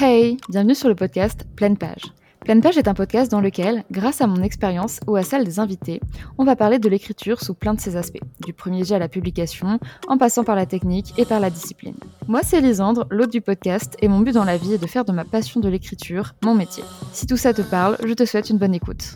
Hey, bienvenue sur le podcast Pleine Page. Pleine Page est un podcast dans lequel, grâce à mon expérience ou à celle des invités, on va parler de l'écriture sous plein de ses aspects, du premier jet à la publication, en passant par la technique et par la discipline. Moi, c'est Lisandre, l'hôte du podcast, et mon but dans la vie est de faire de ma passion de l'écriture mon métier. Si tout ça te parle, je te souhaite une bonne écoute.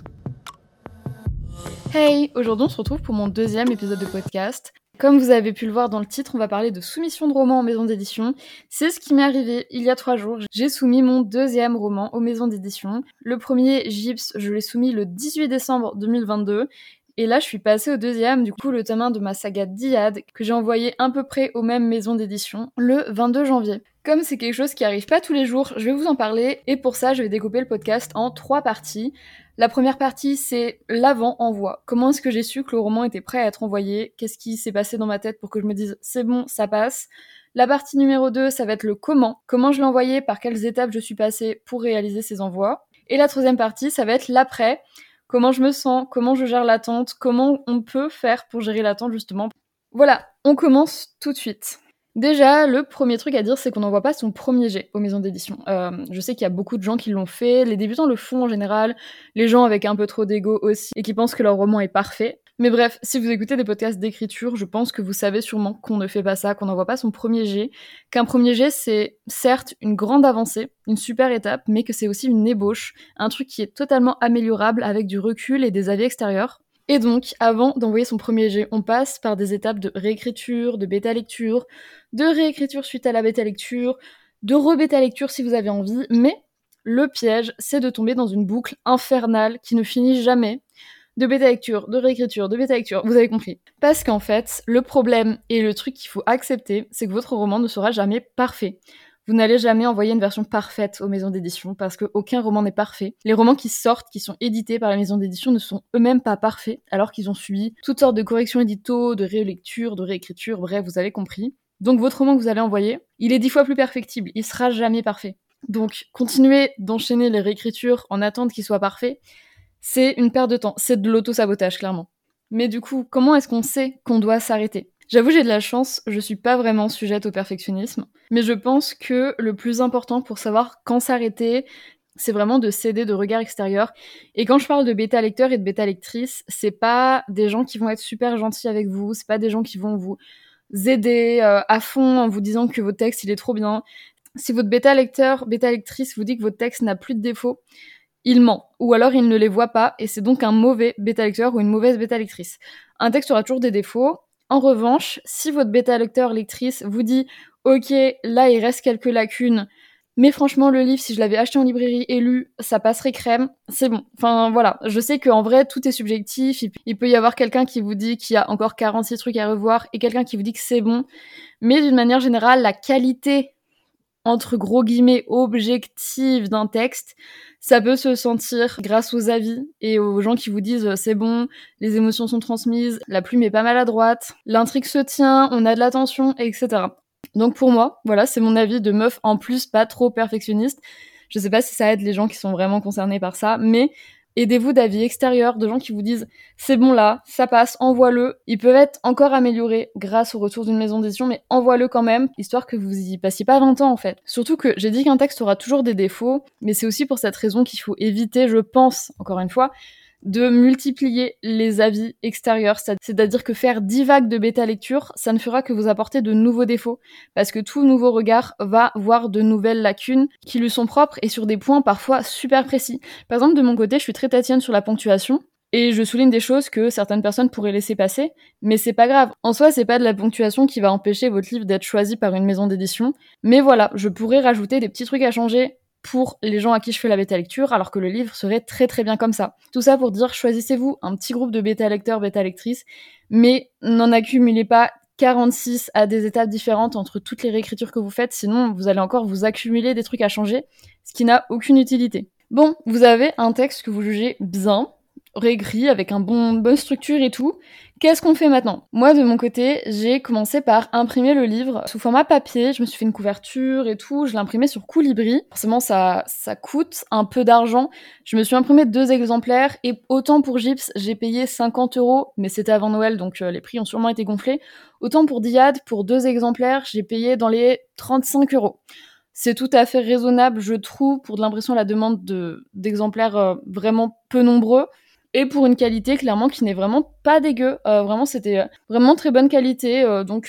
Hey, aujourd'hui on se retrouve pour mon deuxième épisode de podcast. Comme vous avez pu le voir dans le titre, on va parler de soumission de romans en maison d'édition. C'est ce qui m'est arrivé il y a 3 jours. J'ai soumis mon deuxième roman aux maisons d'édition. Le premier, Gyps, je l'ai soumis le 18 décembre 2022. Et là, je suis passée au deuxième, du coup, le tome 1 de ma saga Dyad, que j'ai envoyé à peu près aux mêmes maisons d'édition, le 22 janvier. Comme c'est quelque chose qui arrive pas tous les jours, je vais vous en parler, et pour ça, je vais découper le podcast en 3 parties. La première partie, c'est l'avant-envoi. Comment est-ce que j'ai su que le roman était prêt à être envoyé ? Qu'est-ce qui s'est passé dans ma tête pour que je me dise « c'est bon, ça passe ?» La partie numéro 2, ça va être le comment. Comment je l'ai envoyé, par quelles étapes je suis passée pour réaliser ces envois. Et la troisième partie, ça va être l'après. Comment je me sens, comment je gère l'attente, comment on peut faire pour gérer l'attente justement. Voilà, on commence tout de suite. Déjà, le premier truc à dire, c'est qu'on n'envoie pas son premier jet aux maisons d'édition. Je sais qu'il y a beaucoup de gens qui l'ont fait, les débutants le font en général, les gens avec un peu trop d'ego aussi, et qui pensent que leur roman est parfait. Mais bref, si vous écoutez des podcasts d'écriture, je pense que vous savez sûrement qu'on ne fait pas ça, qu'on n'envoie pas son premier jet, qu'un premier jet, c'est certes une grande avancée, une super étape, mais que c'est aussi une ébauche, un truc qui est totalement améliorable avec du recul et des avis extérieurs. Et donc, avant d'envoyer son premier jet, on passe par des étapes de réécriture, de bêta-lecture, de réécriture suite à la bêta-lecture, de rebêta-lecture si vous avez envie, mais le piège, c'est de tomber dans une boucle infernale qui ne finit jamais, de bêta-lecture, de réécriture, de bêta-lecture, vous avez compris. Parce qu'en fait, le problème et le truc qu'il faut accepter, c'est que votre roman ne sera jamais parfait. Vous n'allez jamais envoyer une version parfaite aux maisons d'édition parce qu'aucun roman n'est parfait. Les romans qui sortent, qui sont édités par les maisons d'édition ne sont eux-mêmes pas parfaits alors qu'ils ont subi toutes sortes de corrections édito, de rélecture, de réécriture, bref, vous avez compris. Donc votre roman que vous allez envoyer, il est 10 fois plus perfectible, il sera jamais parfait. Donc continuez d'enchaîner les réécritures en attente qu'il soit parfait, c'est une perte de temps, c'est de l'auto-sabotage clairement. Mais du coup, comment est-ce qu'on sait qu'on doit s'arrêter ? J'avoue, j'ai de la chance, je suis pas vraiment sujette au perfectionnisme, mais je pense que le plus important pour savoir quand s'arrêter, c'est vraiment de s'aider de regards extérieurs. Et quand je parle de bêta-lecteurs et de bêta-lectrices, c'est pas des gens qui vont être super gentils avec vous, c'est pas des gens qui vont vous aider à fond en vous disant que votre texte il est trop bien. Si votre bêta-lecteur, bêta-lectrice vous dit que votre texte n'a plus de défauts, il ment, ou alors il ne les voit pas, et c'est donc un mauvais bêta-lecteur ou une mauvaise bêta-lectrice. Un texte aura toujours des défauts. En revanche, si votre bêta-lecteur-lectrice vous dit « Ok, là il reste quelques lacunes, mais franchement le livre, si je l'avais acheté en librairie et lu, ça passerait crème », c'est bon. Enfin voilà, je sais qu'en vrai tout est subjectif, il peut y avoir quelqu'un qui vous dit qu'il y a encore 46 trucs à revoir, et quelqu'un qui vous dit que c'est bon, mais d'une manière générale, la qualité entre gros guillemets objective d'un texte, ça peut se sentir grâce aux avis et aux gens qui vous disent c'est bon, les émotions sont transmises, la plume est pas maladroite, l'intrigue se tient, on a de l'attention, etc. Donc pour moi, voilà, c'est mon avis de meuf en plus pas trop perfectionniste. Je sais pas si ça aide les gens qui sont vraiment concernés par ça, mais aidez-vous d'avis extérieurs, de gens qui vous disent « c'est bon là, ça passe, envoie-le ». Ils peuvent être encore améliorés grâce au retour d'une maison d'édition, mais envoie-le quand même, histoire que vous y passiez pas 20 ans en fait. Surtout que j'ai dit qu'un texte aura toujours des défauts, mais c'est aussi pour cette raison qu'il faut éviter, je pense, encore une fois, de multiplier les avis extérieurs, c'est-à-dire que faire 10 vagues de bêta-lecture, ça ne fera que vous apporter de nouveaux défauts, parce que tout nouveau regard va voir de nouvelles lacunes qui lui sont propres et sur des points parfois super précis. Par exemple, de mon côté, je suis très tatienne sur la ponctuation, et je souligne des choses que certaines personnes pourraient laisser passer, mais c'est pas grave. En soi, c'est pas de la ponctuation qui va empêcher votre livre d'être choisi par une maison d'édition, mais voilà, je pourrais rajouter des petits trucs à changer pour les gens à qui je fais la bêta-lecture, alors que le livre serait très très bien comme ça. Tout ça pour dire, choisissez-vous un petit groupe de bêta-lecteurs, bêta-lectrices, mais n'en accumulez pas 46 à des étapes différentes entre toutes les réécritures que vous faites, sinon vous allez encore vous accumuler des trucs à changer, ce qui n'a aucune utilité. Bon, vous avez un texte que vous jugez bien, réécrit avec bonne structure et tout. Qu'est-ce qu'on fait maintenant ? Moi, de mon côté, j'ai commencé par imprimer le livre sous format papier. Je me suis fait une couverture et tout. Je l'ai imprimé sur Coolibri. Forcément, ça coûte un peu d'argent. Je me suis imprimé 2 exemplaires et autant pour Gyps, j'ai payé 50€, mais c'était avant Noël, donc les prix ont sûrement été gonflés. Autant pour Dyad, pour 2 exemplaires, j'ai payé dans les 35€. c'est tout à fait raisonnable, je trouve, pour de l'impression à la demande d'exemplaires vraiment peu nombreux. Et pour une qualité clairement qui n'est vraiment pas dégueu. Vraiment, c'était vraiment très bonne qualité. Donc,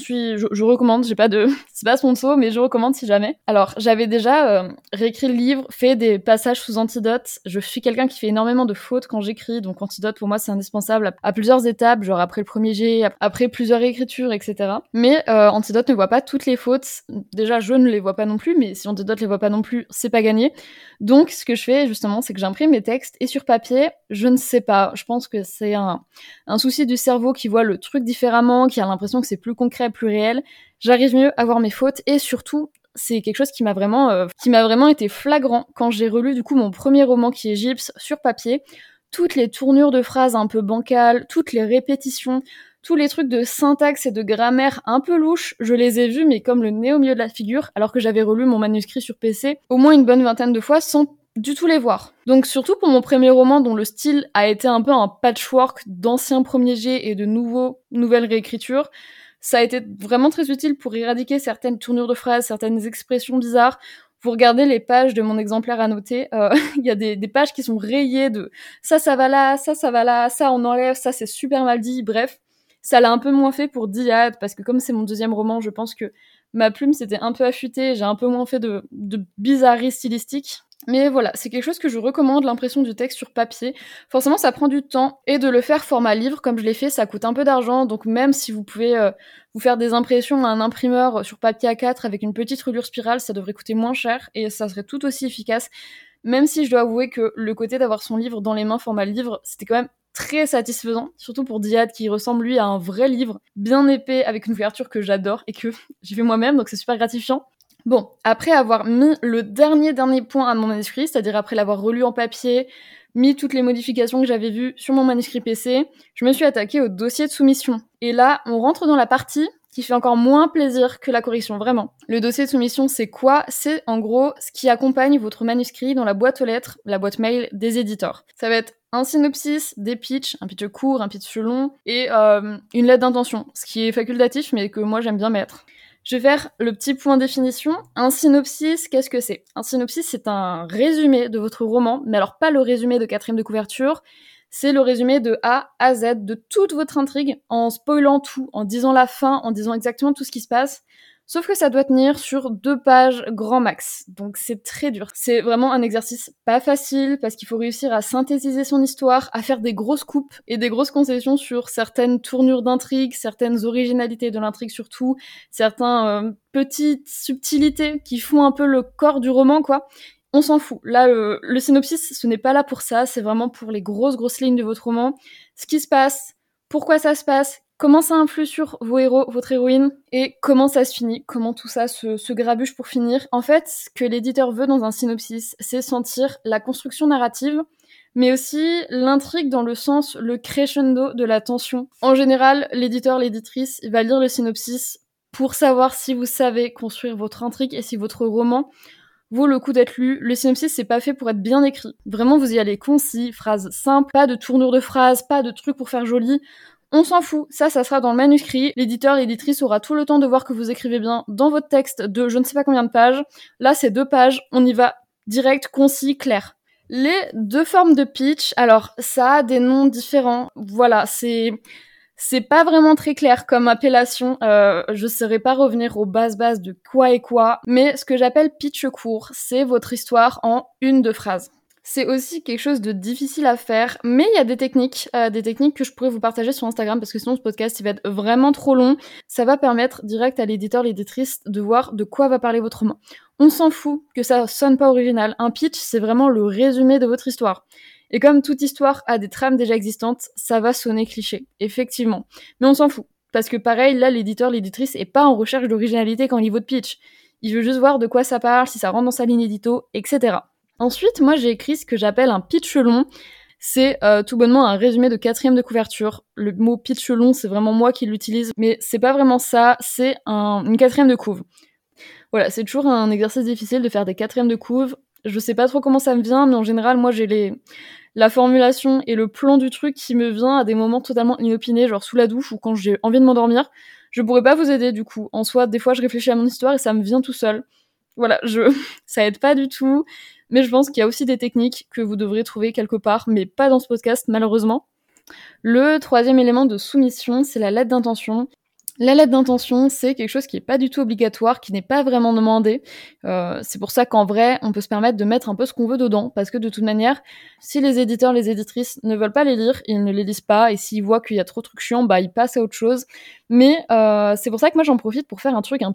je recommande. J'ai pas de, c'est pas sponsor, mais je recommande si jamais. Alors, j'avais déjà réécrit le livre, fait des passages sous Antidote. Je suis quelqu'un qui fait énormément de fautes quand j'écris, donc Antidote pour moi c'est indispensable à plusieurs étapes, genre après le premier jet, après plusieurs réécritures, etc. Mais Antidote ne voit pas toutes les fautes. Déjà, je ne les vois pas non plus, mais si Antidote les voit pas non plus, c'est pas gagné. Donc, ce que je fais justement, c'est que j'imprime mes textes et sur papier, je ne sais pas. Je pense que c'est un souci du cerveau qui voit le truc différemment, qui a l'impression que c'est plus concret, plus réel. J'arrive mieux à voir mes fautes et surtout, c'est quelque chose qui m'a vraiment été flagrant quand j'ai relu du coup mon premier roman qui est Gypse sur papier. Toutes les tournures de phrases un peu bancales, toutes les répétitions, tous les trucs de syntaxe et de grammaire un peu louches, je les ai vus mais comme le nez au milieu de la figure, alors que j'avais relu mon manuscrit sur PC au moins une bonne vingtaine de fois sans du tout les voir. Donc surtout pour mon premier roman dont le style a été un peu un patchwork d'anciens premiers jets et de nouvelles réécritures, ça a été vraiment très utile pour éradiquer certaines tournures de phrases, certaines expressions bizarres. Vous regardez les pages de mon exemplaire annoté, il y a des pages qui sont rayées de ça va là, ça va là, ça on enlève, ça c'est super mal dit, bref. Ça l'a un peu moins fait pour Diad, parce que comme c'est mon deuxième roman, je pense que ma plume s'était un peu affûtée, j'ai un peu moins fait de bizarreries stylistiques. Mais voilà, c'est quelque chose que je recommande, l'impression du texte sur papier. Forcément, ça prend du temps, et de le faire format livre, comme je l'ai fait, ça coûte un peu d'argent, donc même si vous pouvez vous faire des impressions à un imprimeur sur papier A4 avec une petite reliure spirale, ça devrait coûter moins cher, et ça serait tout aussi efficace. Même si je dois avouer que le côté d'avoir son livre dans les mains format livre, c'était quand même très satisfaisant, surtout pour Diad qui ressemble lui à un vrai livre, bien épais, avec une couverture que j'adore et que j'ai fait moi-même, donc c'est super gratifiant. Bon, après avoir mis le dernier point à mon manuscrit, c'est-à-dire après l'avoir relu en papier, mis toutes les modifications que j'avais vues sur mon manuscrit PC, je me suis attaquée au dossier de soumission. Et là, on rentre dans la partie qui fait encore moins plaisir que la correction, vraiment. Le dossier de soumission, c'est quoi ? C'est en gros ce qui accompagne votre manuscrit dans la boîte aux lettres, la boîte mail des éditeurs. Ça va être un synopsis, des pitchs, un pitch court, un pitch long, et une lettre d'intention, ce qui est facultatif, mais que moi j'aime bien mettre. Je vais faire le petit point définition. Un synopsis, qu'est-ce que c'est ? Un synopsis, c'est un résumé de votre roman, mais alors pas le résumé de 4e de couverture, c'est le résumé de A à Z de toute votre intrigue, en spoilant tout, en disant la fin, en disant exactement tout ce qui se passe. Sauf que ça doit tenir sur 2 pages grand max, donc c'est très dur. C'est vraiment un exercice pas facile, parce qu'il faut réussir à synthétiser son histoire, à faire des grosses coupes et des grosses concessions sur certaines tournures d'intrigue, certaines originalités de l'intrigue surtout, certaines petites subtilités qui font un peu le corps du roman, quoi. On s'en fout. Là, le synopsis, ce n'est pas là pour ça, c'est vraiment pour les grosses lignes de votre roman. Ce qui se passe, pourquoi ça se passe, comment ça influe sur vos héros, votre héroïne, et comment ça se finit, comment tout ça se grabuche pour finir. En fait, ce que l'éditeur veut dans un synopsis, c'est sentir la construction narrative, mais aussi l'intrigue dans le sens, le crescendo de la tension. En général, l'éditeur, l'éditrice, va lire le synopsis pour savoir si vous savez construire votre intrigue et si votre roman vaut le coup d'être lu. Le synopsis, c'est pas fait pour être bien écrit. Vraiment, vous y allez concis, phrases simples, pas de tournure de phrases, pas de trucs pour faire joli. On s'en fout, ça sera dans le manuscrit. L'éditeur, l'éditrice aura tout le temps de voir que vous écrivez bien dans votre texte de je ne sais pas combien de pages. Là, c'est 2 pages, on y va direct, concis, clair. Les 2 formes de pitch, alors, ça a des noms différents. Voilà, c'est pas vraiment très clair comme appellation, je saurais pas revenir aux bases de quoi et quoi, mais ce que j'appelle pitch court, c'est votre histoire en 1-2 phrases. C'est aussi quelque chose de difficile à faire, mais il y a des techniques que je pourrais vous partager sur Instagram, parce que sinon ce podcast il va être vraiment trop long. Ça va permettre direct à l'éditeur, l'éditrice de voir de quoi va parler votre roman. On s'en fout que ça sonne pas original, un pitch c'est vraiment le résumé de votre histoire. Et comme toute histoire a des trames déjà existantes, ça va sonner cliché, effectivement. Mais on s'en fout, parce que pareil, là, l'éditeur, l'éditrice est pas en recherche d'originalité quand il lit votre pitch. Il veut juste voir de quoi ça parle, si ça rentre dans sa ligne édito, etc. Ensuite, moi, j'ai écrit ce que j'appelle un pitch long. C'est tout bonnement un résumé de 4e de couverture. Le mot pitch long, c'est vraiment moi qui l'utilise, mais c'est pas vraiment ça, c'est une 4e de couve. Voilà, c'est toujours un exercice difficile de faire des 4e de couve. Je sais pas trop comment ça me vient, mais en général, moi, j'ai la formulation et le plan du truc qui me vient à des moments totalement inopinés, genre sous la douche ou quand j'ai envie de m'endormir. Je pourrais pas vous aider, du coup. En soi, des fois, je réfléchis à mon histoire et ça me vient tout seul. Voilà, ça aide pas du tout, mais je pense qu'il y a aussi des techniques que vous devrez trouver quelque part, mais pas dans ce podcast, malheureusement. Le troisième élément de soumission, c'est la lettre d'intention. La lettre d'intention, c'est quelque chose qui est pas du tout obligatoire, qui n'est pas vraiment demandé. C'est pour ça qu'en vrai, on peut se permettre de mettre un peu ce qu'on veut dedans, parce que de toute manière, si les éditeurs, les éditrices ne veulent pas les lire, ils ne les lisent pas, et s'ils voient qu'il y a trop de trucs chiants, bah ils passent à autre chose. Mais c'est pour ça que moi j'en profite pour faire un truc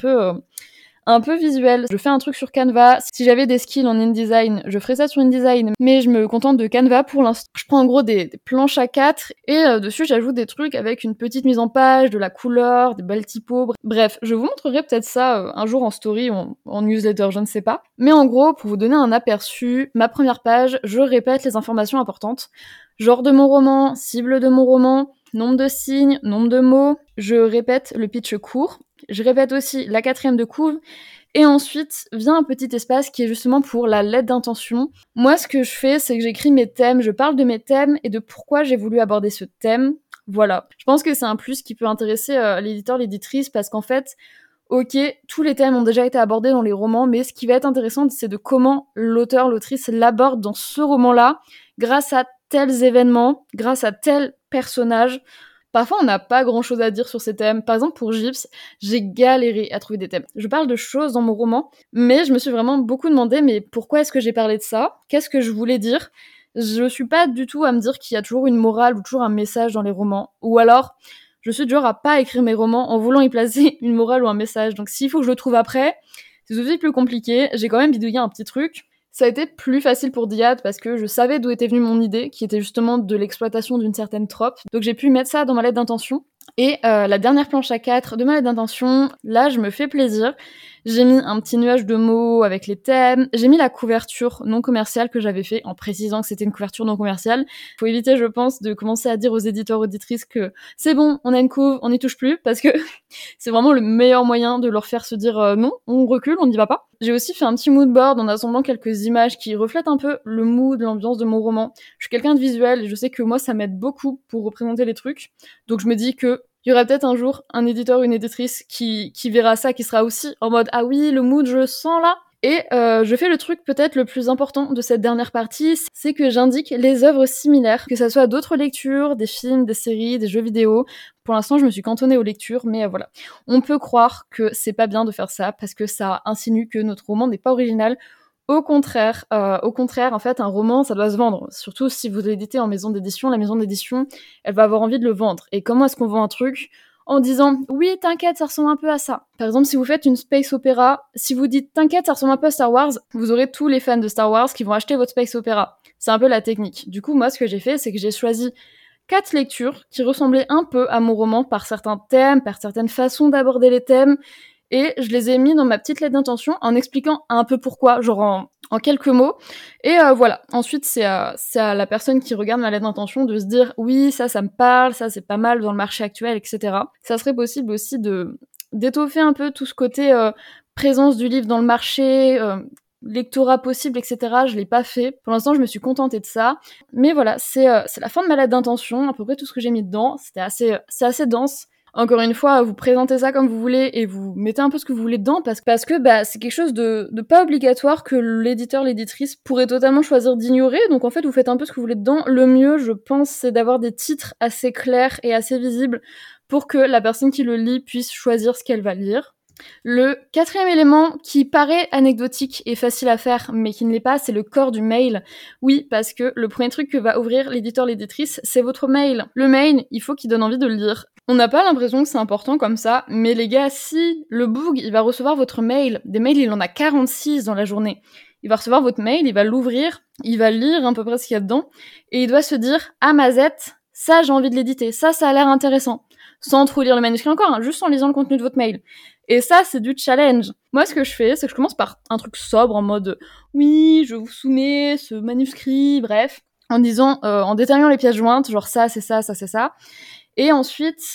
un peu visuel. Je fais un truc sur Canva. Si j'avais des skills en InDesign, je ferais ça sur InDesign, mais je me contente de Canva pour l'instant. Je prends en gros des planches A4 et dessus j'ajoute des trucs avec une petite mise en page, de la couleur, des belles typos. Bref, je vous montrerai peut-être ça un jour en story ou en newsletter, je ne sais pas. Mais en gros, pour vous donner un aperçu, ma première page, je répète les informations importantes. Genre de mon roman, cible de mon roman, nombre de signes, nombre de mots. Je répète le pitch court. Je répète aussi la 4e de couve. Et ensuite vient un petit espace qui est justement pour la lettre d'intention. Moi, ce que je fais, c'est que j'écris mes thèmes, je parle de mes thèmes et de pourquoi j'ai voulu aborder ce thème. Voilà. Je pense que c'est un plus qui peut intéresser l'éditeur, l'éditrice, parce qu'en fait, ok, tous les thèmes ont déjà été abordés dans les romans, mais ce qui va être intéressant, c'est de comment l'auteur, l'autrice l'aborde dans ce roman-là, grâce à tels événements, grâce à tel personnage. Parfois, on n'a pas grand-chose à dire sur ces thèmes. Par exemple, pour Gyps, j'ai galéré à trouver des thèmes. Je parle de choses dans mon roman, mais je me suis vraiment beaucoup demandé, mais pourquoi est-ce que j'ai parlé de ça ? Qu'est-ce que je voulais dire ? Je suis pas du tout à me dire qu'il y a toujours une morale ou toujours un message dans les romans. Ou alors, je suis du genre à pas écrire mes romans en voulant y placer une morale ou un message. Donc s'il faut que je le trouve après, c'est tout de suite plus compliqué. J'ai quand même bidouillé un petit truc. Ça a été plus facile pour Diade parce que je savais d'où était venue mon idée, qui était justement de l'exploitation d'une certaine trope. Donc j'ai pu mettre ça dans ma lettre d'intention. Et la dernière planche A4 de ma lettre d'intention, là je me fais plaisir. J'ai mis un petit nuage de mots avec les thèmes. J'ai mis la couverture non commerciale que j'avais fait en précisant que c'était une couverture non commerciale. Faut éviter, je pense, de commencer à dire aux éditeurs auditrices que c'est bon, on a une couve, on n'y touche plus, parce que c'est vraiment le meilleur moyen de leur faire se dire non, on recule, on n'y va pas. J'ai aussi fait un petit mood board en assemblant quelques images qui reflètent un peu le mood, l'ambiance de mon roman. Je suis quelqu'un de visuel et je sais que moi ça m'aide beaucoup pour représenter les trucs. Donc je me dis que il y aura peut-être un jour un éditeur ou une éditrice qui verra ça, qui sera aussi en mode « Ah oui, le mood, je le sens là !» Et je fais le truc peut-être le plus important de cette dernière partie, c'est que j'indique les œuvres similaires, que ça soit d'autres lectures, des films, des séries, des jeux vidéo. Pour l'instant, je me suis cantonnée aux lectures, mais voilà. On peut croire que c'est pas bien de faire ça, parce que ça insinue que notre roman n'est pas original. Au contraire, en fait, un roman, ça doit se vendre. Surtout si vous l'éditez en maison d'édition, la maison d'édition, elle va avoir envie de le vendre. Et comment est-ce qu'on vend un truc ? En disant « Oui, t'inquiète, ça ressemble un peu à ça ». Par exemple, si vous faites une space opéra, si vous dites « T'inquiète, ça ressemble un peu à Star Wars », vous aurez tous les fans de Star Wars qui vont acheter votre space opéra. C'est un peu la technique. Du coup, moi, ce que j'ai fait, c'est que j'ai choisi 4 lectures qui ressemblaient un peu à mon roman par certains thèmes, par certaines façons d'aborder les thèmes, et je les ai mis dans ma petite lettre d'intention en expliquant un peu pourquoi, genre en quelques mots. Et voilà. Ensuite, c'est à la personne qui regarde ma lettre d'intention de se dire oui, ça me parle, ça c'est pas mal dans le marché actuel, etc. Ça serait possible aussi d'étoffer un peu tout ce côté présence du livre dans le marché, lectorat possible, etc. Je l'ai pas fait. Pour l'instant, je me suis contentée de ça. Mais voilà, c'est la fin de ma lettre d'intention, à peu près tout ce que j'ai mis dedans. C'est assez dense. Encore une fois, vous présentez ça comme vous voulez et vous mettez un peu ce que vous voulez dedans parce que c'est quelque chose de pas obligatoire que l'éditeur, l'éditrice pourrait totalement choisir d'ignorer. Donc en fait, vous faites un peu ce que vous voulez dedans. Le mieux, je pense, c'est d'avoir des titres assez clairs et assez visibles pour que la personne qui le lit puisse choisir ce qu'elle va lire. Le 4e élément qui paraît anecdotique et facile à faire, mais qui ne l'est pas, c'est le corps du mail. Oui, parce que le premier truc que va ouvrir l'éditeur, l'éditrice, c'est votre mail. Le mail, il faut qu'il donne envie de le lire. On n'a pas l'impression que c'est important comme ça, mais les gars, si le boug, il va recevoir votre mail, des mails, il en a 46 dans la journée. Il va recevoir votre mail, il va l'ouvrir, il va lire à peu près ce qu'il y a dedans, et il doit se dire « Ah, Mazette, ça, j'ai envie de l'éditer, ça a l'air intéressant. » Sans trop lire le manuscrit encore, hein, juste en lisant le contenu de votre mail. Et ça, c'est du challenge. Moi, ce que je fais, c'est que je commence par un truc sobre, en mode « Oui, je vous soumets ce manuscrit, bref. » En disant, en détaillant les pièces jointes, genre ça, c'est ça, ça, c'est ça. Et ensuite,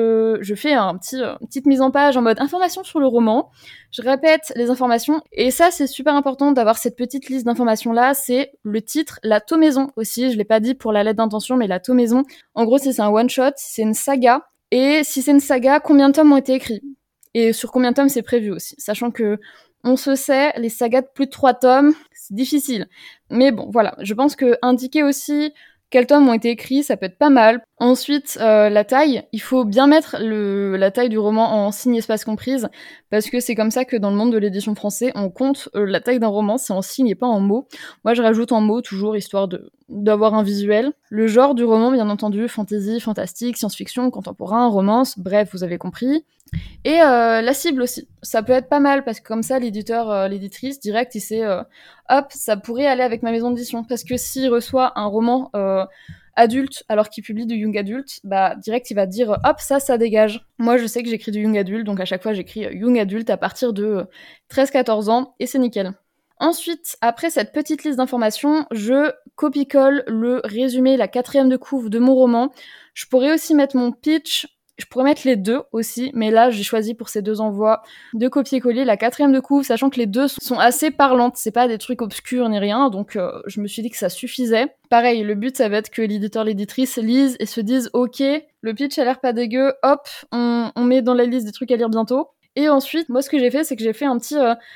je fais une petite mise en page en mode information sur le roman. Je répète les informations. Et ça, c'est super important d'avoir cette petite liste d'informations-là. C'est le titre, la tomaison aussi. Je l'ai pas dit pour la lettre d'intention, mais la tomaison. En gros, si c'est un one-shot, si c'est une saga. Et si c'est une saga, combien de tomes ont été écrits ? et sur combien de tomes c'est prévu aussi. Sachant que, on se sait, les sagas de plus de 3 tomes, c'est difficile. Mais bon, voilà, je pense que indiquer aussi quels tomes ont été écrits, ça peut être pas mal. Ensuite, la taille, il faut bien mettre la taille du roman en signe espace comprise, parce que c'est comme ça que dans le monde de l'édition français, on compte la taille d'un roman, c'est en signe et pas en mots. Moi, je rajoute en mots toujours, histoire d'avoir un visuel. Le genre du roman, bien entendu, fantasy, fantastique, science-fiction, contemporain, romance, bref, vous avez compris. Et la cible aussi, ça peut être pas mal, parce que comme ça, l'éditeur, l'éditrice, direct, il sait, hop, ça pourrait aller avec ma maison d'édition. Parce que s'il reçoit un roman adulte, alors qu'il publie du young adulte, bah direct, il va dire, hop, ça dégage. Moi, je sais que j'écris du young adulte, donc à chaque fois, j'écris young adulte à partir de 13-14 ans, et c'est nickel. Ensuite, après cette petite liste d'informations, je copie-colle le résumé, la 4e de couve de mon roman. Je pourrais aussi mettre mon pitch. Je pourrais mettre les deux aussi, mais là, j'ai choisi pour ces 2 envois de copier-coller la 4e de couve, sachant que les 2 sont assez parlantes, c'est pas des trucs obscurs ni rien, donc je me suis dit que ça suffisait. Pareil, le but, ça va être que l'éditeur, l'éditrice lisent et se disent « Ok, le pitch a l'air pas dégueu, hop, on met dans la liste des trucs à lire bientôt ». Et ensuite, moi, ce que j'ai fait, c'est que j'ai fait un petit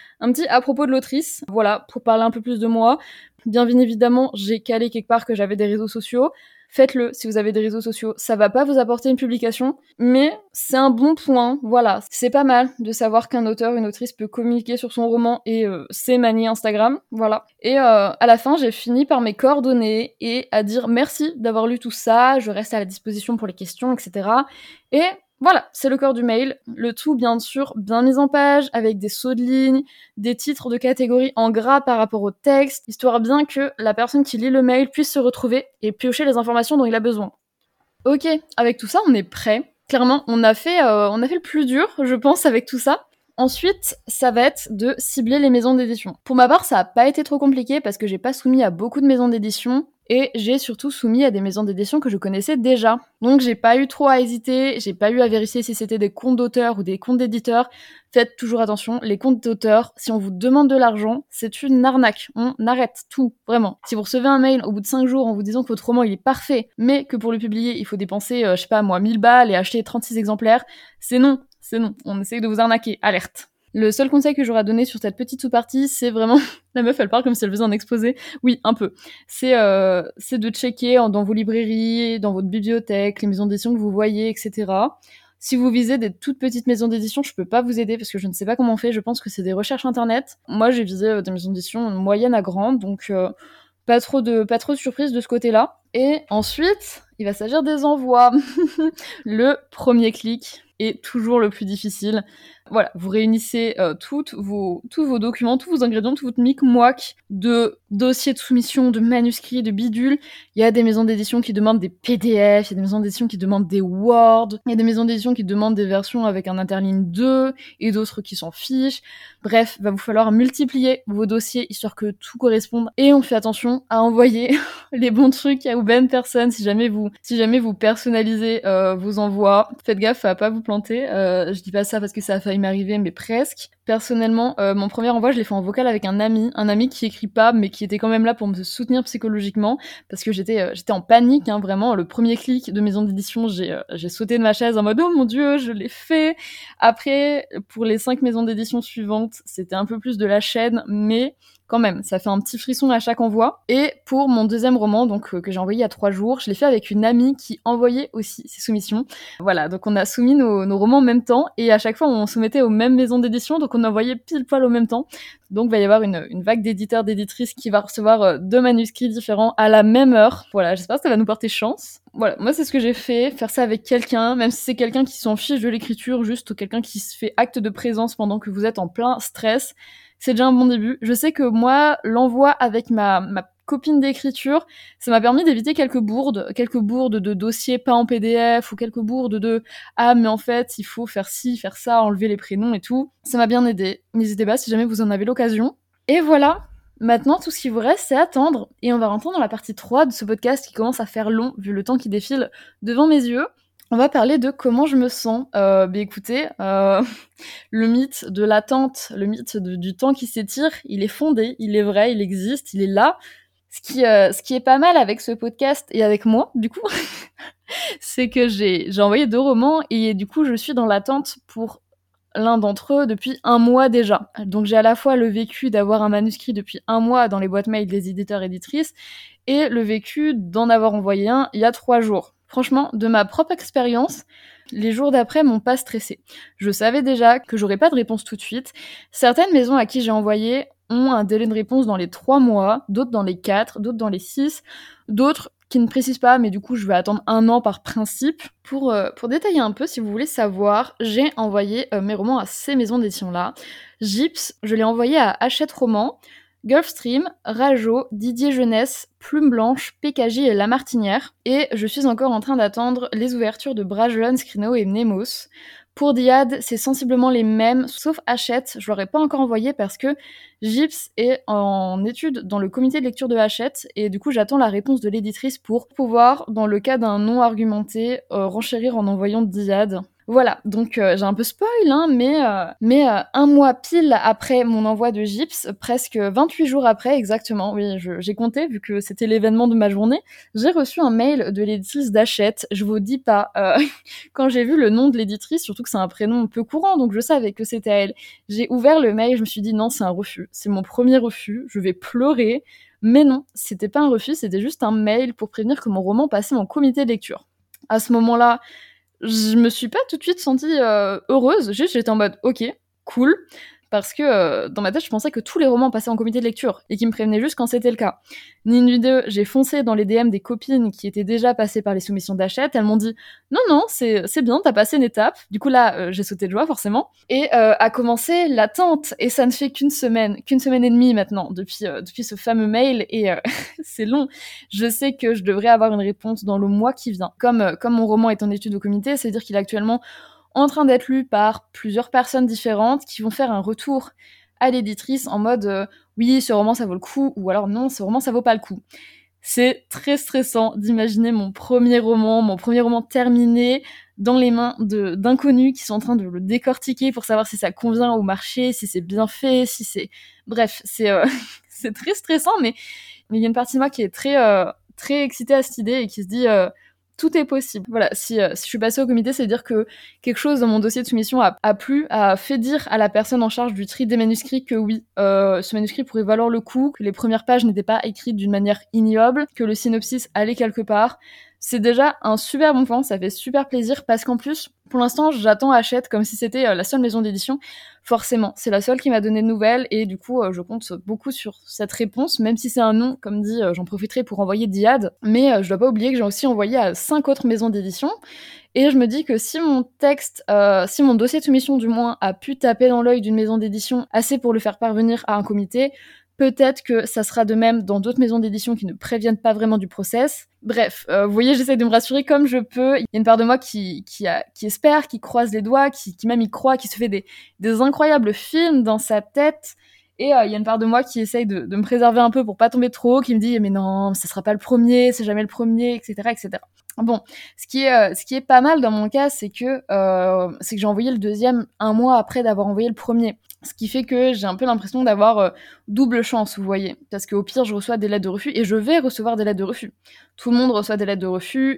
à propos de l'autrice, voilà, pour parler un peu plus de moi. Bien évidemment, j'ai calé quelque part que j'avais des réseaux sociaux. Faites-le si vous avez des réseaux sociaux. Ça va pas vous apporter une publication, mais c'est un bon point. Voilà, c'est pas mal de savoir qu'un auteur, une autrice peut communiquer sur son roman et c'est manier Instagram. Voilà. Et à la fin, j'ai fini par mes coordonnées et à dire merci d'avoir lu tout ça. Je reste à la disposition pour les questions, etc. Et voilà, c'est le corps du mail. Le tout, bien sûr, bien mis en page, avec des sauts de ligne, des titres de catégorie en gras par rapport au texte, histoire bien que la personne qui lit le mail puisse se retrouver et piocher les informations dont il a besoin. Ok, avec tout ça, on est prêt. Clairement, on a fait le plus dur, je pense, avec tout ça. Ensuite, ça va être de cibler les maisons d'édition. Pour ma part, ça a pas été trop compliqué parce que j'ai pas soumis à beaucoup de maisons d'édition et j'ai surtout soumis à des maisons d'édition que je connaissais déjà. Donc j'ai pas eu trop à hésiter, j'ai pas eu à vérifier si c'était des comptes d'auteurs ou des comptes d'éditeurs. Faites toujours attention, les comptes d'auteurs, si on vous demande de l'argent, c'est une arnaque. On arrête tout, vraiment. Si vous recevez un mail au bout de 5 jours en vous disant que votre roman il est parfait, mais que pour le publier, il faut dépenser, je sais pas moi, 1000 balles et acheter 36 exemplaires, c'est non. C'est non, on essaye de vous arnaquer, alerte. Le seul conseil que j'aurais à donner sur cette petite sous-partie, c'est vraiment... La meuf, elle parle comme si elle faisait un exposé. Oui, un peu. C'est de checker dans vos librairies, dans votre bibliothèque, les maisons d'édition que vous voyez, etc. Si vous visez des toutes petites maisons d'édition, je peux pas vous aider parce que je ne sais pas comment on fait. Je pense que c'est des recherches internet. Moi, j'ai visé des maisons d'édition moyennes à grandes, donc pas trop de surprises de ce côté-là. Et ensuite, il va s'agir des envois. Le premier clic est toujours le plus difficile. Voilà, vous réunissez tous vos documents, tous vos ingrédients, tout votre micmac de dossiers de soumission, de manuscrits, de bidules. Il y a des maisons d'édition qui demandent des PDF, il y a des maisons d'édition qui demandent des Word, il y a des maisons d'édition qui demandent des versions avec un interligne 2 et d'autres qui s'en fichent. Bref, va vous falloir multiplier vos dossiers histoire que tout corresponde. Et on fait attention à envoyer les bons trucs aux bonnes personnes. Si jamais vous personnalisez vos envois, faites gaffe à pas vous planter. Je dis pas ça parce que ça a failli m'arriver, mais presque. Personnellement, mon premier envoi, je l'ai fait en vocal avec un ami qui écrit pas, mais qui était quand même là pour me soutenir psychologiquement, parce que j'étais en panique, hein, vraiment. Le premier clic de maison d'édition, j'ai sauté de ma chaise en mode « Oh mon Dieu, je l'ai fait !» Après, pour les 5 maisons d'édition suivantes, c'était un peu plus de la chaîne, mais quand même, ça fait un petit frisson à chaque envoi. Et pour mon deuxième roman, donc que j'ai envoyé il y a 3 jours, je l'ai fait avec une amie qui envoyait aussi ses soumissions. Voilà, donc on a soumis nos romans en même temps, et à chaque fois on soumettait aux mêmes maisons d'édition, donc on envoyait pile poil au même temps. Donc il va y avoir une vague d'éditeurs, d'éditrices qui va recevoir 2 manuscrits différents à la même heure. Voilà, j'espère que ça va nous porter chance. Voilà, moi c'est ce que j'ai fait, faire ça avec quelqu'un, même si c'est quelqu'un qui s'en fiche de l'écriture, juste quelqu'un qui se fait acte de présence pendant que vous êtes en plein stress. C'est déjà un bon début. Je sais que moi, l'envoi avec ma copine d'écriture, ça m'a permis d'éviter quelques bourdes de dossiers pas en PDF ou quelques bourdes de « Ah, mais en fait, il faut faire ci, faire ça, enlever les prénoms et tout ». Ça m'a bien aidé. N'hésitez pas si jamais vous en avez l'occasion. Et voilà. Maintenant, tout ce qui vous reste, c'est attendre. Et on va rentrer dans la partie 3 de ce podcast qui commence à faire long, vu le temps qui défile devant mes yeux. On va parler de comment je me sens. Écoutez, le mythe de l'attente, le mythe du temps qui s'étire, il est fondé, il est vrai, il existe, il est là. Ce qui est pas mal avec ce podcast et avec moi, du coup, c'est que j'ai envoyé 2 romans et du coup, je suis dans l'attente pour l'un d'entre eux depuis 1 mois déjà. Donc j'ai à la fois le vécu d'avoir un manuscrit depuis 1 mois dans les boîtes mail des éditeurs-éditrices et le vécu d'en avoir envoyé un il y a 3 jours. Franchement, de ma propre expérience, les jours d'après m'ont pas stressée. Je savais déjà que j'aurais pas de réponse tout de suite. Certaines maisons à qui j'ai envoyé ont un délai de réponse dans les 3 mois, d'autres dans les 4, d'autres dans les 6, d'autres qui ne précisent pas, mais du coup je vais attendre 1 an par principe. Pour détailler un peu, si vous voulez savoir, j'ai envoyé mes romans à ces maisons d'édition-là. Gyps, je l'ai envoyé à Hachette Romans, Gulfstream, Rajo, Didier Jeunesse, Plume Blanche, PKJ et La Martinière. Et je suis encore en train d'attendre les ouvertures de Brajlon, Scrino et Mnemos. Pour Diad, c'est sensiblement les mêmes, sauf Hachette, je l'aurais pas encore envoyé parce que Gyps est en étude dans le comité de lecture de Hachette, et du coup j'attends la réponse de l'éditrice pour pouvoir, dans le cas d'un non argumenté, renchérir en envoyant Diad. Voilà, donc j'ai un peu spoil, hein, mais 1 mois pile après mon envoi de Gyps, presque 28 jours après exactement, oui, j'ai compté vu que c'était l'événement de ma journée, j'ai reçu un mail de l'éditrice d'Hachette. Je vous dis pas, quand j'ai vu le nom de l'éditrice, surtout que c'est un prénom peu courant, donc je savais que c'était à elle, j'ai ouvert le mail, je me suis dit non, c'est un refus, c'est mon premier refus, je vais pleurer. Mais non, c'était pas un refus, c'était juste un mail pour prévenir que mon roman passait en comité de lecture. À ce moment-là, je me suis pas tout de suite sentie heureuse, juste j'étais en mode ok, cool, parce que dans ma tête je pensais que tous les romans passaient en comité de lecture et qu'ils me prévenaient juste quand c'était le cas. Ni une ni deux, j'ai foncé dans les DM des copines qui étaient déjà passées par les soumissions d'Hachette, elles m'ont dit non non, c'est bien, t'as passé une étape. Du coup là j'ai sauté de joie forcément, et a commencé l'attente, et ça ne fait qu'une semaine et demie maintenant depuis ce fameux mail, et c'est long. Je sais que je devrais avoir une réponse dans le mois qui vient. Comme mon roman est en étude au comité, c'est-à-dire qu'il est actuellement en train d'être lu par plusieurs personnes différentes qui vont faire un retour à l'éditrice en mode oui, ce roman ça vaut le coup, ou alors non, ce roman ça vaut pas le coup. C'est très stressant d'imaginer mon premier roman terminé dans les mains d'inconnus qui sont en train de le décortiquer pour savoir si ça convient au marché, si c'est bien fait, si c'est... Bref, c'est très stressant, mais il y a une partie de moi qui est très excitée à cette idée et qui se dit tout est possible. Voilà, si je suis passée au comité, c'est dire que quelque chose dans mon dossier de soumission a plu, a fait dire à la personne en charge du tri des manuscrits que oui, ce manuscrit pourrait valoir le coup, que les premières pages n'étaient pas écrites d'une manière ignoble, que le synopsis allait quelque part. C'est déjà un super bon point, ça fait super plaisir, parce qu'en plus, pour l'instant, j'attends Hachette comme si c'était la seule maison d'édition. Forcément, c'est la seule qui m'a donné de nouvelles, et du coup, je compte beaucoup sur cette réponse, même si c'est un non, comme dit, j'en profiterai pour envoyer Diad, mais je dois pas oublier que j'ai aussi envoyé à 5 autres maisons d'édition, et je me dis que si mon texte, si mon dossier de soumission du moins, a pu taper dans l'œil d'une maison d'édition assez pour le faire parvenir à un comité, peut-être que ça sera de même dans d'autres maisons d'édition qui ne préviennent pas vraiment du process. Bref, vous voyez, j'essaie de me rassurer comme je peux. Il y a une part de moi qui espère, qui croise les doigts, qui même y croit, qui se fait des incroyables films dans sa tête. Et il y a une part de moi qui essaye de me préserver un peu pour pas tomber trop haut, qui me dit mais non, ça sera pas le premier, c'est jamais le premier, etc., etc. Bon, ce qui est pas mal dans mon cas, c'est que j'ai envoyé le deuxième 1 mois après d'avoir envoyé le premier. Ce qui fait que j'ai un peu l'impression d'avoir double chance, vous voyez. Parce qu'au pire, je reçois des lettres de refus, et je vais recevoir des lettres de refus. Tout le monde reçoit des lettres de refus.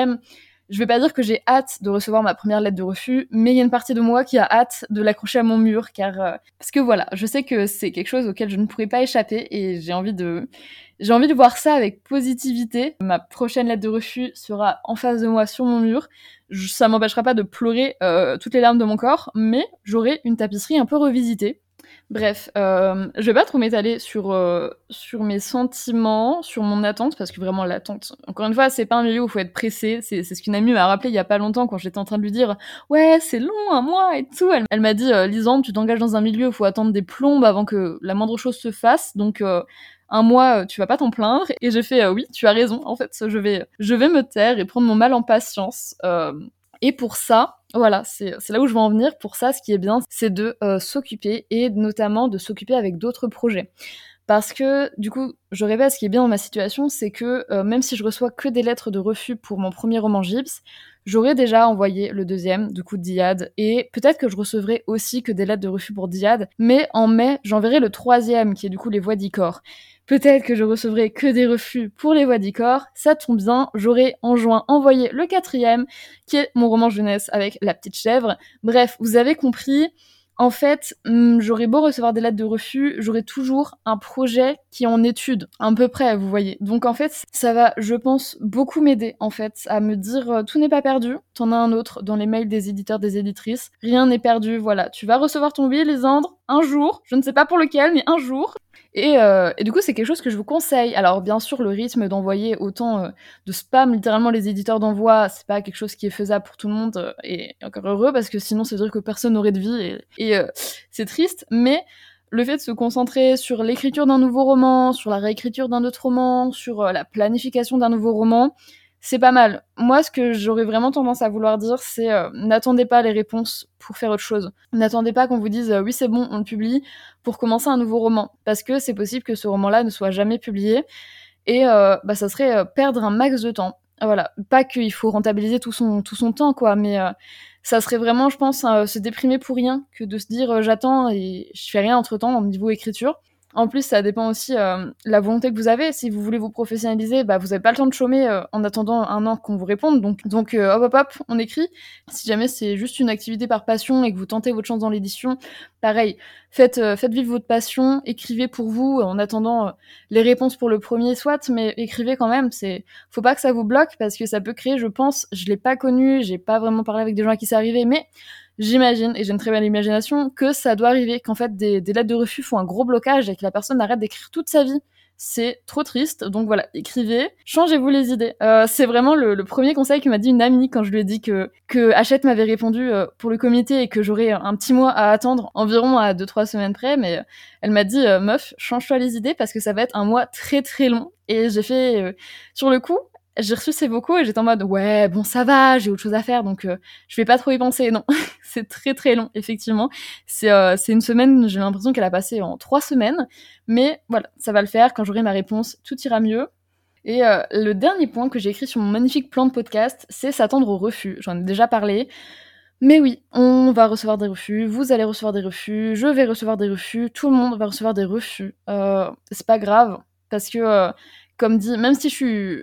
Je vais pas dire que j'ai hâte de recevoir ma première lettre de refus, mais il y a une partie de moi qui a hâte de l'accrocher à mon mur, parce que voilà, je sais que c'est quelque chose auquel je ne pourrais pas échapper, et j'ai envie de voir ça avec positivité. Ma prochaine lettre de refus sera en face de moi sur mon mur. Ça m'empêchera pas de pleurer toutes les larmes de mon corps, mais j'aurai une tapisserie un peu revisitée. Bref, je vais pas trop m'étaler sur mes sentiments, sur mon attente, parce que vraiment l'attente, encore une fois, c'est pas un milieu où il faut être pressé. C'est ce qu'une amie m'a rappelé il y a pas longtemps quand j'étais en train de lui dire ouais, c'est long, 1 mois et tout. Elle m'a dit Lisande, tu t'engages dans un milieu où il faut attendre des plombes avant que la moindre chose se fasse, donc 1 mois, tu vas pas t'en plaindre. Et j'ai fait oui, tu as raison, en fait, je vais me taire et prendre mon mal en patience. Et pour ça, voilà, c'est là où je veux en venir. Pour ça, ce qui est bien, c'est de s'occuper, et notamment de s'occuper avec d'autres projets. Parce que, du coup, je répète, ce qui est bien dans ma situation, c'est que même si je reçois que des lettres de refus pour mon premier roman Gyps, j'aurais déjà envoyé le deuxième, du coup, d'Iyad, et peut-être que je recevrai aussi que des lettres de refus pour d'Iyad, mais en mai, j'enverrai le troisième, qui est du coup les voix d'Icor. Peut-être que je recevrai que des refus pour les voix d'Icor, ça tombe bien, j'aurai en juin envoyé le quatrième, qui est mon roman jeunesse avec la petite chèvre. Bref, vous avez compris, en fait, j'aurais beau recevoir des lettres de refus, j'aurai toujours un projet qui est en étude, à peu près, vous voyez. Donc en fait, ça va, je pense, beaucoup m'aider, en fait, à me dire tout n'est pas perdu, t'en as un autre dans les mails des éditeurs, des éditrices, rien n'est perdu, voilà. Tu vas recevoir ton billet, Lysandre, un jour, je ne sais pas pour lequel, mais un jour. Et du coup, c'est quelque chose que je vous conseille. Alors, bien sûr, le rythme d'envoyer autant de spam, littéralement, les éditeurs d'envoi, c'est pas quelque chose qui est faisable pour tout le monde, et encore heureux, parce que sinon, ça veut dire que personne n'aurait de vie, et c'est triste, mais le fait de se concentrer sur l'écriture d'un nouveau roman, sur la réécriture d'un autre roman, sur la planification d'un nouveau roman, c'est pas mal. Moi, ce que j'aurais vraiment tendance à vouloir dire, c'est n'attendez pas les réponses pour faire autre chose. N'attendez pas qu'on vous dise oui, c'est bon, on le publie pour commencer un nouveau roman. Parce que c'est possible que ce roman-là ne soit jamais publié. Et ça serait perdre un max de temps. Voilà. Pas qu'il faut rentabiliser tout son temps, quoi, mais ça serait vraiment, je pense, se déprimer pour rien que de se dire j'attends et je fais rien entre-temps au niveau écriture. En plus, ça dépend aussi la volonté que vous avez. Si vous voulez vous professionnaliser, vous n'avez pas le temps de chômer en attendant un an qu'on vous réponde. Donc hop, on écrit. Si jamais c'est juste une activité par passion et que vous tentez votre chance dans l'édition, pareil, faites vivre votre passion, écrivez pour vous en attendant les réponses pour le premier, soit, mais écrivez quand même. Faut pas que ça vous bloque parce que ça peut créer, je pense, je l'ai pas connu, j'ai pas vraiment parlé avec des gens à qui c'est arrivé, mais j'imagine, et j'ai une très belle imagination, que ça doit arriver, qu'en fait des lettres de refus font un gros blocage et que la personne arrête d'écrire toute sa vie. C'est trop triste, donc voilà, écrivez, changez-vous les idées. C'est vraiment le premier conseil que m'a dit une amie quand je lui ai dit que Hachette m'avait répondu pour le comité et que j'aurais un petit mois à attendre, environ à 2-3 semaines près, mais elle m'a dit meuf, change-toi les idées parce que ça va être un mois très très long. Et j'ai fait, sur le coup, j'ai reçu ces vocaux et j'étais en mode ouais bon ça va, j'ai autre chose à faire donc je vais pas trop y penser. Non, c'est très très long effectivement. C'est une semaine, j'ai l'impression qu'elle a passé en 3 semaines, mais voilà, ça va le faire. Quand j'aurai ma réponse, tout ira mieux. Et le dernier point que j'ai écrit sur mon magnifique plan de podcast, c'est s'attendre au refus. J'en ai déjà parlé. Mais oui, on va recevoir des refus, vous allez recevoir des refus, je vais recevoir des refus, tout le monde va recevoir des refus. C'est pas grave, parce que comme dit, même si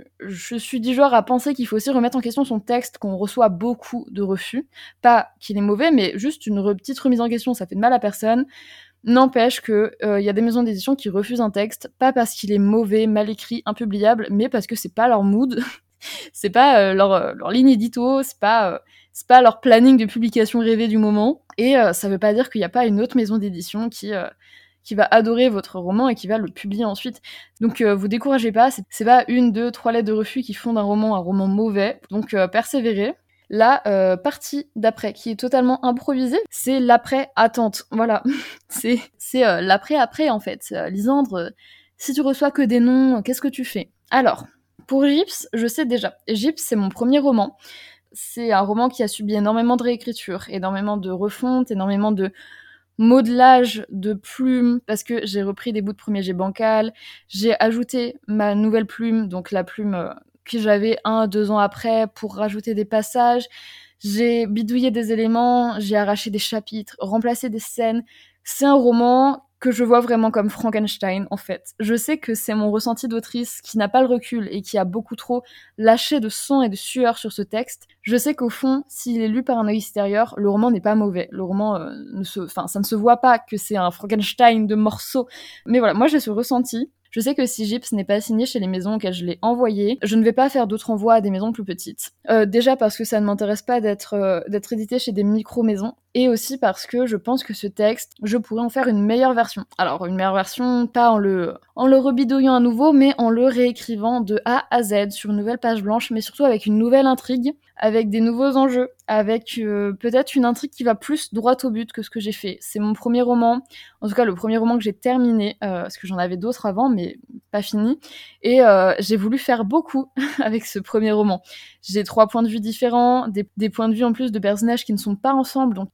je suis du genre à penser qu'il faut aussi remettre en question son texte, qu'on reçoit beaucoup de refus. Pas qu'il est mauvais, mais juste une petite remise en question, ça fait de mal à personne. N'empêche que y a des maisons d'édition qui refusent un texte, pas parce qu'il est mauvais, mal écrit, impubliable, mais parce que c'est pas leur mood, c'est pas leur ligne édito, c'est pas leur planning de publication rêvé du moment. Et ça veut pas dire qu'il n'y a pas une autre maison d'édition qui va adorer votre roman et qui va le publier ensuite. Donc vous découragez pas, c'est pas 1, 2, 3 lettres de refus qui font d'un roman un roman mauvais, donc persévérez. La partie d'après, qui est totalement improvisée, c'est l'après-attente. Voilà, c'est l'après-après en fait. Lysandre, si tu reçois que des noms, qu'est-ce que tu fais? Alors, pour Gyps, je sais déjà. Gyps, c'est mon premier roman. C'est un roman qui a subi énormément de réécriture, énormément de refonte, énormément de modelage de plumes, parce que j'ai repris des bouts de premier jet bancal, j'ai ajouté ma nouvelle plume, donc la plume que j'avais 1-2 ans après, pour rajouter des passages, j'ai bidouillé des éléments, j'ai arraché des chapitres, remplacé des scènes. C'est un roman que je vois vraiment comme Frankenstein, en fait. Je sais que c'est mon ressenti d'autrice qui n'a pas le recul et qui a beaucoup trop lâché de sang et de sueur sur ce texte. Je sais qu'au fond, s'il est lu par un œil extérieur, le roman n'est pas mauvais. Le roman ça ne se voit pas que c'est un Frankenstein de morceaux. Mais voilà, moi j'ai ce ressenti. Je sais que si Gyps n'est pas signé chez les maisons auxquelles je l'ai envoyé, je ne vais pas faire d'autres envois à des maisons plus petites. Déjà parce que ça ne m'intéresse pas d'être édité chez des micro-maisons, et aussi parce que je pense que ce texte, je pourrais en faire une meilleure version. Alors une meilleure version, pas en le rebidouillant à nouveau, mais en le réécrivant de A à Z sur une nouvelle page blanche, mais surtout avec une nouvelle intrigue, avec des nouveaux enjeux, avec peut-être une intrigue qui va plus droit au but que ce que j'ai fait. C'est mon premier roman, en tout cas le premier roman que j'ai terminé, parce que j'en avais d'autres avant, mais pas fini, et j'ai voulu faire beaucoup avec ce premier roman. J'ai 3 points de vue différents, des points de vue en plus de personnages qui ne sont pas ensemble, donc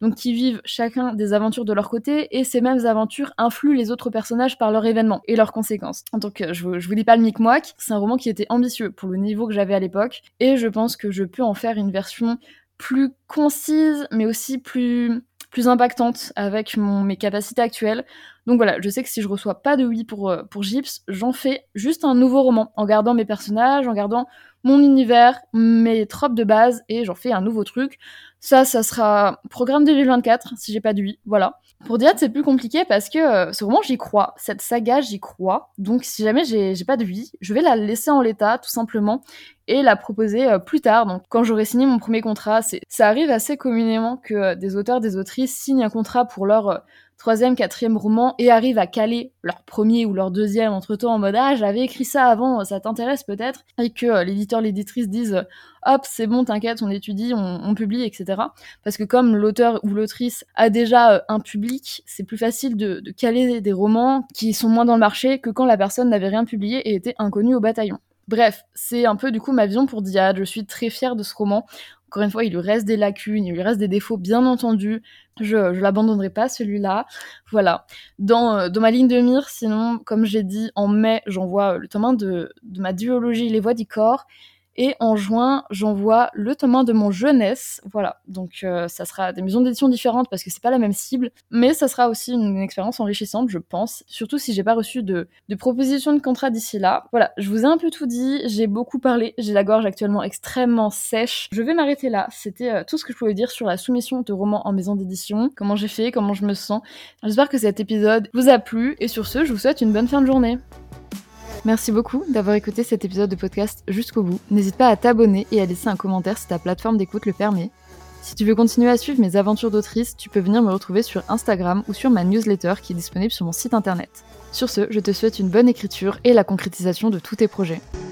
donc qui vivent chacun des aventures de leur côté, et ces mêmes aventures influent les autres personnages par leurs événements et leurs conséquences. Donc je vous lis pas le micmac, c'est un roman qui était ambitieux pour le niveau que j'avais à l'époque, et je pense que je peux en faire une version plus concise, mais aussi plus impactante avec mes capacités actuelles. Donc voilà, je sais que si je reçois pas de oui pour Gyps, j'en fais juste un nouveau roman, en gardant mes personnages, en gardant mon univers, mes tropes de base, et j'en fais un nouveau truc. Ça sera programme 2024, si j'ai pas de oui, voilà. Pour Diade, c'est plus compliqué parce que ce roman, j'y crois. Cette saga, j'y crois. Donc si jamais j'ai pas de oui, je vais la laisser en l'état, tout simplement, et la proposer plus tard. Donc quand j'aurai signé mon premier contrat, ça arrive assez communément que des auteurs, des autrices signent un contrat pour leur troisième, quatrième roman et arrivent à caler leur premier ou leur deuxième entre-temps en mode « Ah, j'avais écrit ça avant, ça t'intéresse peut-être ?» et que l'éditeur, l'éditrice disent « Hop, c'est bon, t'inquiète, on étudie, on publie, etc. » Parce que comme l'auteur ou l'autrice a déjà un public, c'est plus facile de caler des romans qui sont moins dans le marché que quand la personne n'avait rien publié et était inconnue au bataillon. Bref, c'est un peu du coup ma vision pour Diade. Je suis très fière de ce roman. Encore une fois, il lui reste des lacunes, il lui reste des défauts, bien entendu. Je l'abandonnerai pas, celui-là. Voilà. Dans ma ligne de mire, sinon, comme j'ai dit, en mai, j'envoie le tome 1 de ma duologie Les Voix d'Icor. Et en juin, j'envoie le tome 1 de mon jeunesse. Voilà. Donc, ça sera des maisons d'édition différentes parce que c'est pas la même cible. Mais ça sera aussi une expérience enrichissante, je pense. Surtout si j'ai pas reçu de propositions de contrat d'ici là. Voilà. Je vous ai un peu tout dit. J'ai beaucoup parlé. J'ai la gorge actuellement extrêmement sèche. Je vais m'arrêter là. C'était tout ce que je pouvais dire sur la soumission de romans en maison d'édition. Comment j'ai fait, comment je me sens. J'espère que cet épisode vous a plu. Et sur ce, je vous souhaite une bonne fin de journée. Merci beaucoup d'avoir écouté cet épisode de podcast jusqu'au bout. N'hésite pas à t'abonner et à laisser un commentaire si ta plateforme d'écoute le permet. Si tu veux continuer à suivre mes aventures d'autrice, tu peux venir me retrouver sur Instagram ou sur ma newsletter qui est disponible sur mon site internet. Sur ce, je te souhaite une bonne écriture et la concrétisation de tous tes projets.